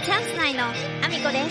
チャンス内のアミコです。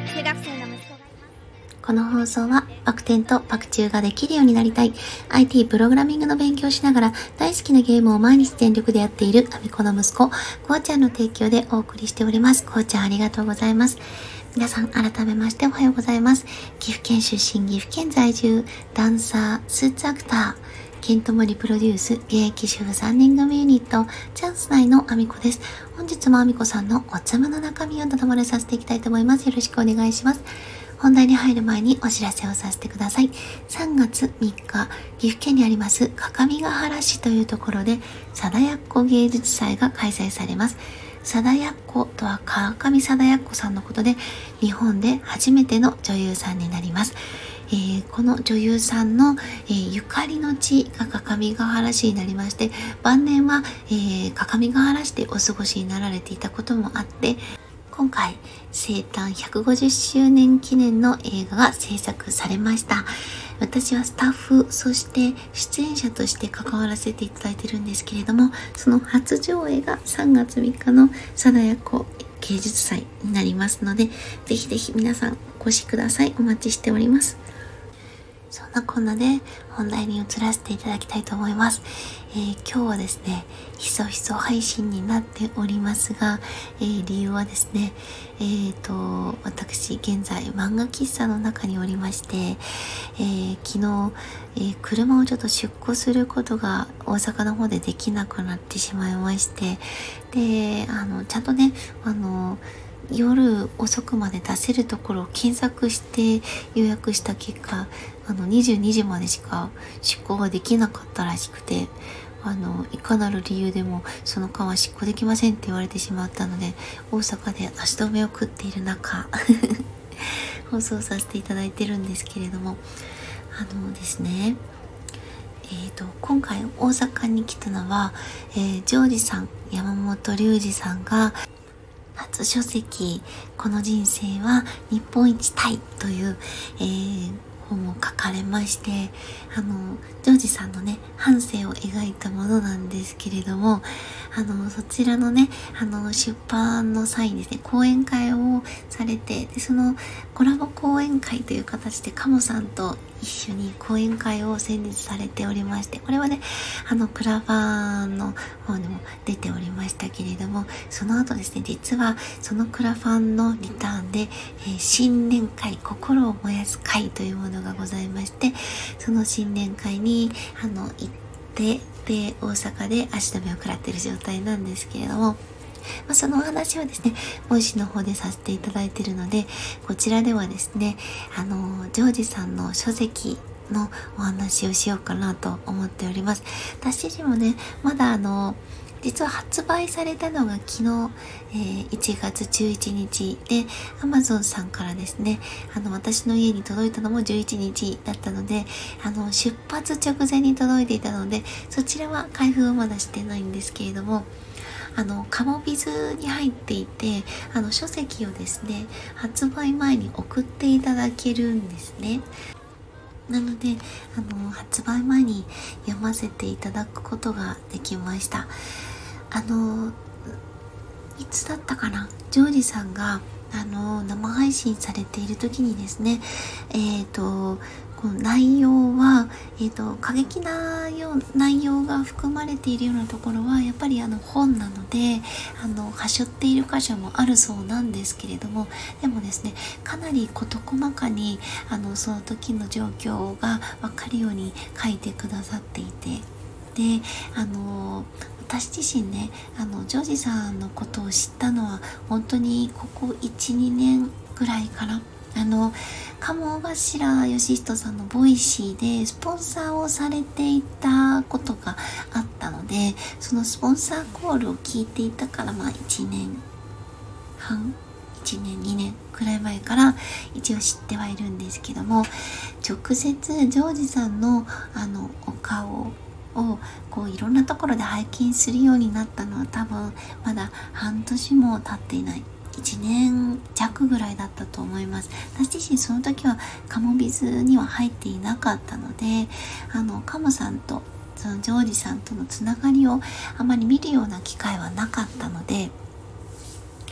中学生の息子がいます。 この放送はバク転とバク宙ができるようになりたい IT プログラミングの勉強をしながら大好きなゲームを毎日全力でやっているアミコの息子こうちゃんの提供でお送りしております。こうちゃんありがとうございます。皆さん改めましておはようございます。岐阜県出身、岐阜県在住、ダンサー、スーツアクター、ケントモリプロデュース、現役主婦3人組ユニット、チャンス内のアミコです。本日もアミコさんのおつまの中身をただ漏れさせていきたいと思います。よろしくお願いします。本題に入る前にお知らせをさせてください。3月3日、岐阜県にあります各務原市というところで、貞奴芸術祭が開催されます。貞奴とは川上貞奴さんのことで、日本で初めての女優さんになります。この女優さんの、ゆかりの地が各務原市になりまして、晩年は、各務原市でお過ごしになられていたこともあって、今回生誕150周年記念の映画が制作されました。私はスタッフ、そして出演者として関わらせていただいているんですけれども、その初上映が3月3日の貞奴芸術祭になりますので、ぜひぜひ皆さんお越しください。お待ちしております。そんなこんなで本題に移らせていただきたいと思います。今日はですね、ひそひそ配信になっておりますが、理由はですね、私現在漫画喫茶の中におりまして、昨日、車をちょっと出庫することが大阪の方でできなくなってしまいまして、で、ちゃんとね、夜遅くまで出せるところを検索して予約した結果、22時までしか出庫ができなかったらしくて、いかなる理由でもその間は執行できませんって言われてしまったので、大阪で足止めを食っている中放送させていただいてるんですけれども、ですね、今回大阪に来たのは、ジョージさん、山本龍二さんが初書籍、この人生は日本一タイという、本を書かれまして、ジョージさんのね、半生を描いたものなんですけれども、そちらのね、出版の際にですね、講演会をされて、でそのコラボ講演会という形でカモさんと一緒に講演会を先日されておりまして、これはね、クラファンの方にも出ておりましたけれども、その後ですね、実はそのクラファンのリターンで、新年会、心を燃やす会というものがございまして、その新年会に行って、で大阪で足止めを食らっている状態なんですけれども、そのお話はですね、ボイシの方でさせていただいているので、こちらではですね、ジョージさんの書籍のお話をしようかなと思っております。私自身もね、まだ実は発売されたのが昨日、1月11日で Amazon さんからですね、私の家に届いたのも11日だったので、出発直前に届いていたので、そちらは開封はまだしてないんですけれども、カモビズに入っていて、書籍をですね、発売前に送っていただけるんですね。なので、発売前に読ませていただくことができました。いつだったかな、ジョージさんが生配信されている時にですね、この内容は、過激な内容が含まれているようなところはやっぱり本なのではしょっている箇所もあるそうなんですけれども、でもですね、かなり事細かにその時の状況が分かるように書いてくださっていて、で私自身ね、ジョージさんのことを知ったのは本当にここ 1,2 年ぐらいかな。鴨頭義人さんのボイシーでスポンサーをされていたことがあったので、そのスポンサーコールを聞いていたから、1年半、1年2年くらい前から一応知ってはいるんですけども、直接ジョージさんのお顔をいろんなところで拝見するようになったのは多分まだ半年も経っていない、1年弱ぐらいだったと思います。私自身その時はカモビズには入っていなかったので、カモさんとそのジョージさんとのつながりをあまり見るような機会はなかったので、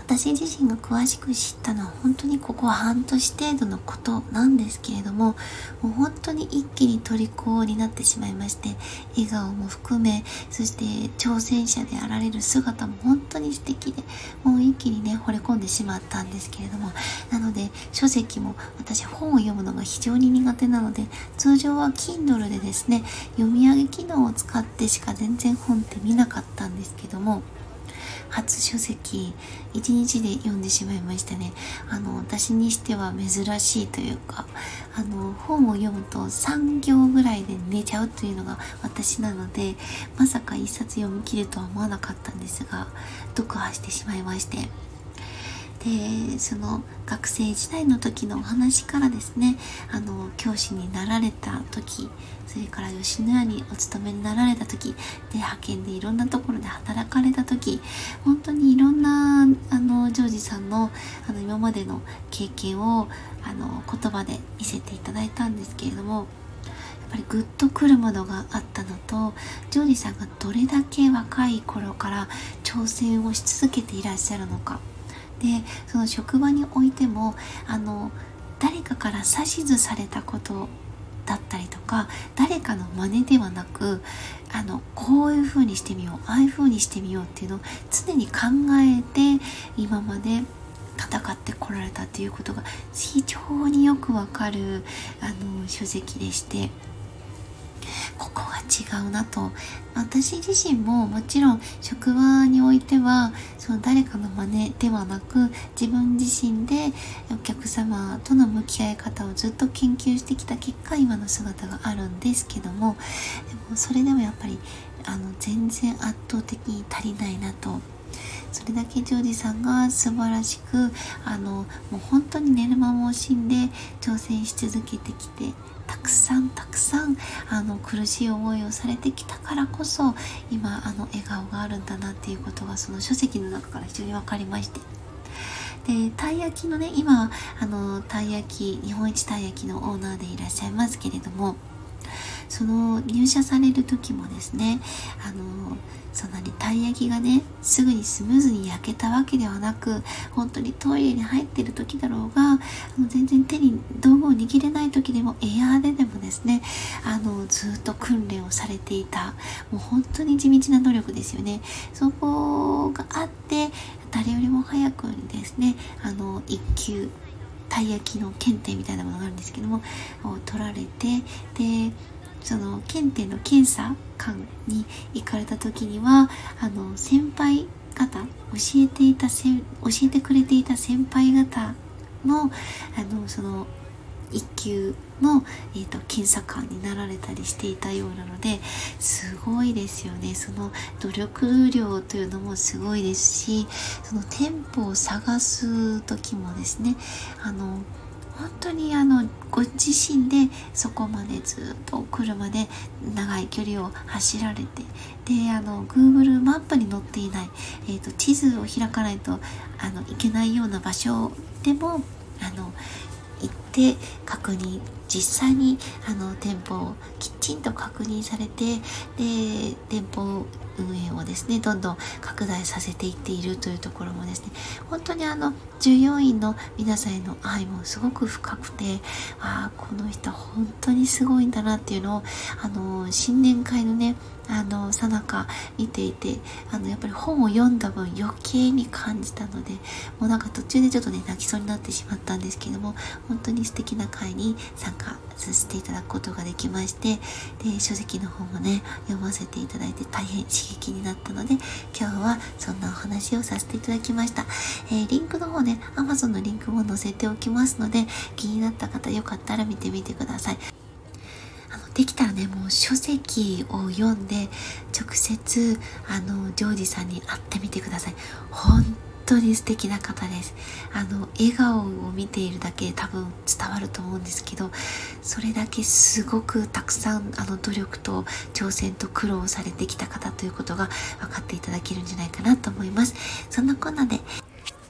私自身が詳しく知ったのは本当にここ半年程度のことなんですけれども、もう本当に一気に虜になってしまいまして、笑顔も含め、そして挑戦者であられる姿も本当に素敵で、もう一気にね惚れ込んでしまったんですけれども、なので書籍も私本を読むのが非常に苦手なので、通常は Kindle でですね読み上げ機能を使ってしか全然本って見なかったんですけども、初書籍1日で読んでしまいましたね。私にしては珍しいというか、本を読むと3行ぐらいで寝ちゃうというのが私なので、まさか一冊読み切るとは思わなかったんですが、読破してしまいまして、でその学生時代の時のお話からですね、教師になられた時、それから吉野家にお勤めになられた時で、派遣でいろんなところで働かれた時、本当にいろんなジョージさんの今までの経験を言葉で見せていただいたんですけれども、やっぱりグッとくるものがあったのと、ジョージさんがどれだけ若い頃から挑戦をし続けていらっしゃるのかで、その職場においても誰かから指図されたことだったりとか、誰かの真似ではなく、こういう風にしてみよう、ああいう風にしてみようっていうのを常に考えて今まで戦ってこられたっていうことが非常によくわかる書籍でして、ここが違うなと。私自身ももちろん職場においてはその誰かの真似ではなく、自分自身でお客様との向き合い方をずっと研究してきた結果、今の姿があるんですけども、でもそれでもやっぱり全然圧倒的に足りないなと。それだけジョージさんが素晴らしくもう本当に寝る間も惜しんで挑戦し続けてきて、たくさん苦しい思いをされてきたからこそ今笑顔があるんだなっていうことが、その書籍の中から非常に分かりまして、でたい焼きのね、今たい焼き日本一たい焼きのオーナーでいらっしゃいますけれども、その入社される時もですね、そんなにたい焼きがねすぐにスムーズに焼けたわけではなく、本当にトイレに入ってる時だろうが、全然手に道具を握れない時でもエアーでもですねずっと訓練をされていた、もう本当に地道な努力ですよね。そこがあって誰よりも早くにですね一級たい焼きの検定みたいなものがあるんですけども取られて、でその検定の検査官に行かれた時には先輩方、教えてくれていた先輩方のその一級の、検査官になられたりしていたようなので、すごいですよね。その努力量というのもすごいですし、その店舗を探す時もですね本当にご自身でそこまでずっと車で長い距離を走られて、でGoogle マップに載っていない、地図を開かないと行けないような場所でも行って確認、実際に店舗をきちんと確認されて、で店舗運営をですねどんどん拡大させていっているというところもですね、本当に従業員の皆さんへの愛もすごく深くて、この人本当にすごいんだなっていうのを新年会のねさなか見ていてやっぱり本を読んだ分余計に感じたので、もうなんか途中でちょっとね泣きそうになってしまったんですけども、本当に素敵な会に参加させていただくことができまして、で書籍の方もね読ませていただいて大変刺激になったので、今日はそんなお話をさせていただきました。リンクの方ね Amazon のリンクも載せておきますので、気になった方よかったら見てみてください。できたらねもう書籍を読んで直接ジョージさんに会ってみてください。本当に素敵な方です。笑顔を見ているだけで多分伝わると思うんですけど、それだけすごくたくさん努力と挑戦と苦労をされてきた方ということが分かっていただけるんじゃないかなと思います。そんなこんなで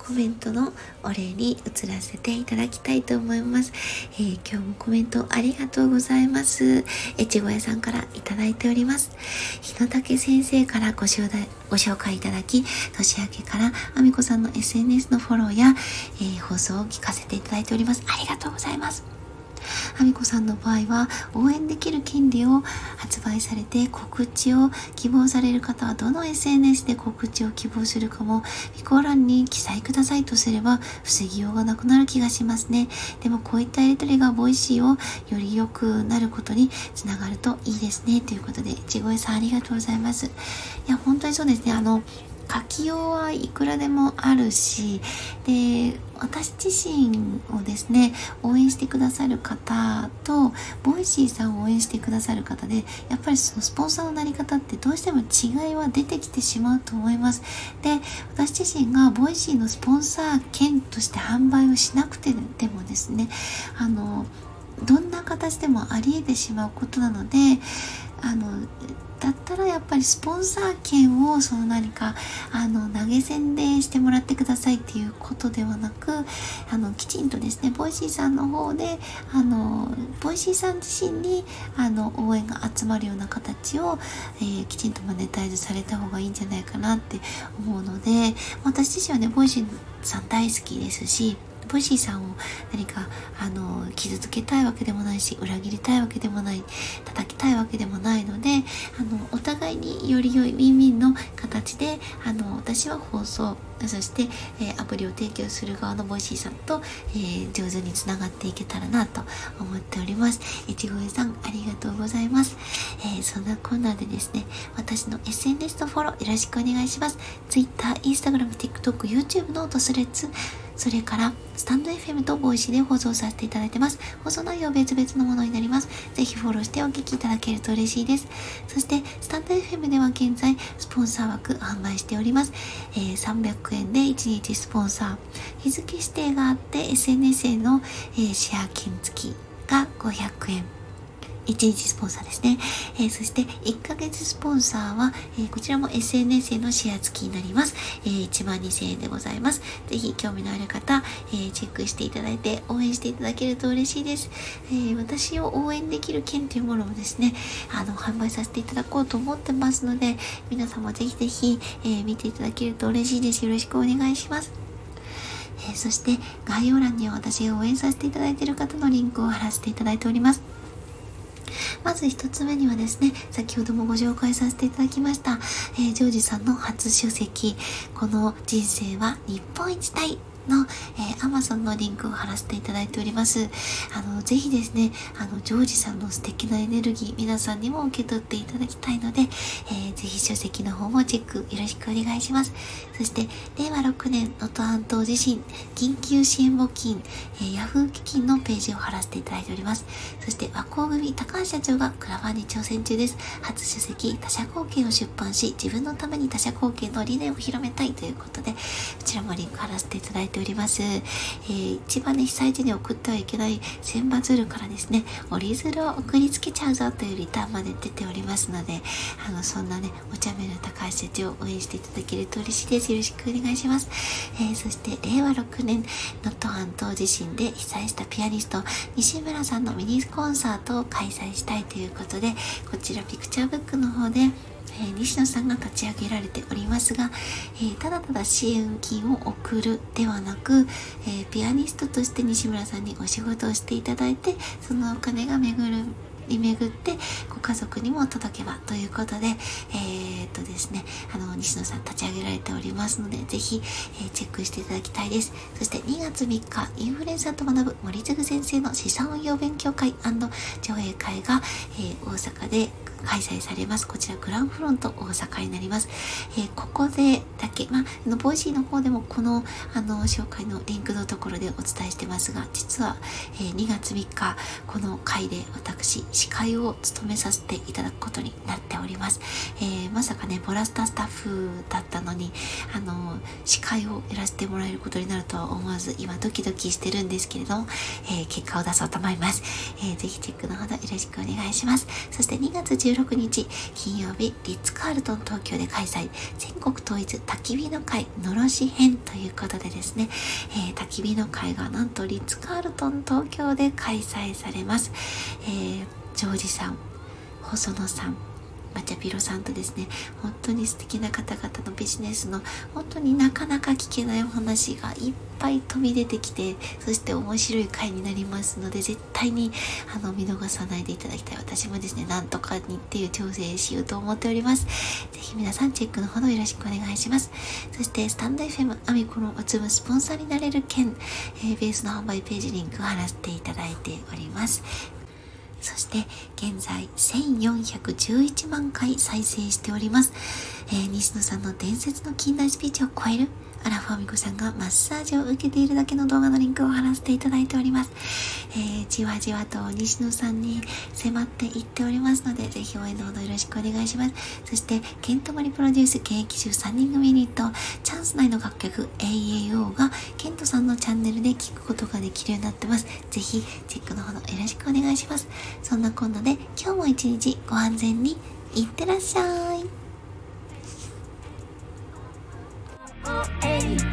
コメントのお礼に移らせていただきたいと思います。今日もコメントありがとうございます。越後屋さんからいただいております。日野武先生からご紹介いただき、年明けからあみこさんの SNS のフォローや、放送を聞かせていただいております。ありがとうございます。あみこさんの場合は応援できる権利を発売されて、告知を希望される方はどの SNS で告知を希望するかも備考欄に記載くださいとすれば防ぎようがなくなる気がしますね。でもこういったやり取りがボイシーをより良くなることにつながるといいですね、ということで、ちごえさんありがとうございます。いや本当にそうですね。書きようはいくらでもあるし、で私自身をですね応援してくださる方とボイシーさんを応援してくださる方で、やっぱりそのスポンサーのなり方ってどうしても違いは出てきてしまうと思います。で、私自身がボイシーのスポンサー券として販売をしなくてでもですね、どんな形でもあり得てしまうことなので、だったらやっぱりスポンサー券をその何か投げ銭でしてもらってくださいっていうことではなく、きちんとですねボイシーさんの方でボイシーさん自身に応援が集まるような形を、きちんとマネタイズされた方がいいんじゃないかなって思うので、私自身はねボイシーさん大好きですし、ボイシーさんを何か傷つけたいわけでもないし、裏切りたいわけでもない、叩きたいわけでもないので、お互いにより良いウィンウィンの形で私は放送、そして、アプリを提供する側のボイシーさんと、上手につながっていけたらなと思っております。越後さんありがとうございます。そんなこんなでですね、私の SNS のフォローよろしくお願いします。Twitter、Instagram、TikTok、YouTube ノート、スレッズ、それからスタンド FM とボイシーで放送させていただいてます。放送内容別々のものになります。ぜひフォローしてお聞きいただけると嬉しいです。そしてスタンド FM では現在スポンサー枠販売しております。300円で1日スポンサー、日付指定があって SNS への、シェア券付きが500円。1日スポンサーですね。そして1ヶ月スポンサーは、こちらも SNS へのシェア付きになります。12,000円でございます。ぜひ興味のある方、チェックしていただいて応援していただけると嬉しいです。私を応援できる券というものをですね、販売させていただこうと思ってますので、皆様ぜひぜひ、見ていただけると嬉しいです。よろしくお願いします。そして概要欄には私が応援させていただいている方のリンクを貼らせていただいております。まず一つ目にはですね、先ほどもご紹介させていただきました、ジョージさんの初書籍、この人生は日本一たいの、Amazon のリンクを貼らせていただいております。ぜひですね、ジョージさんの素敵なエネルギー、皆さんにも受け取っていただきたいので、ぜひ書籍の方もチェックよろしくお願いします。そして、令和6年能登半島地震緊急支援募金、ヤフー基金のページを貼らせていただいております。そして、和光組高橋社長がクラファンに挑戦中です。初書籍、他者貢献を出版し、自分のために他者貢献の理念を広めたいということで、こちらもリンク貼らせていただいております。一番ね、被災地に送ってはいけない千羽鶴からですね、折り鶴を送りつけちゃうぞというリターンまで出ておりますので、そんなね、お茶目な高橋社長を応援していただけると嬉しいです。よろしくお願いします。そして、令和6年能登半島地震で被災したピアニスト、西村さんのミニコンサートを開催したいということで、こちらピクチャーブックの方で、西野さんが立ち上げられておりますが、ただただ支援金を送るではなく、ピアニストとして西村さんにお仕事をしていただいて、そのお金が巡ってご家族にも届けばということで、ですね、西野さん立ち上げられておりますので、ぜひ、チェックしていただきたいです。そして2月3日、インフルエンサーと学ぶ森次先生の資産運用勉強会&上映会が、大阪で開催されます。こちらグランフロント大阪になります。ここでだけ、ボイシーの方でもこの紹介のリンクのところでお伝えしてますが、実は、2月3日この回で私司会を務めさせていただくことになっております。まさかね、ボラスタスタッフだったのに、司会をやらせてもらえることになるとは思わず、今ドキドキしてるんですけれども、結果を出そうと思います。ぜひチェックのほどよろしくお願いします。そして2月16日、金曜日、リッツ・カールトン東京で開催、全国統一焚き火の会のろし編ということでですね、焚き火の会がなんとリッツ・カールトン東京で開催されます。ジョージさん、細野さん、マチャピロさんとですね、本当に素敵な方々のビジネスの本当になかなか聞けないお話がいっぱい飛び出てきて、そして面白い回になりますので、絶対に見逃さないでいただきたい。私もですね、なんとかにっていう調整しようと思っております。ぜひ皆さんチェックのほどよろしくお願いします。そしてスタンド FM アミコのおつむスポンサーになれる件、ベースの販売ページリンクを貼らせていただいております。そして現在1411万回再生しております。西野さんの伝説の近代スピーチを超えるアラフォーミコさんがマッサージを受けているだけの動画のリンクを貼らせていただいております。じわじわと西野さんに迫っていっておりますので、ぜひ応援のほどよろしくお願いします。そしてケントマリプロデュース現役集3人組ユニットチャンス内の楽曲 AAO がケントさんのチャンネルで聴くことができるようになってます。ぜひチェックのほどよろしくお願いします。そんなこんなで今日も一日ご安全にいってらっしゃい。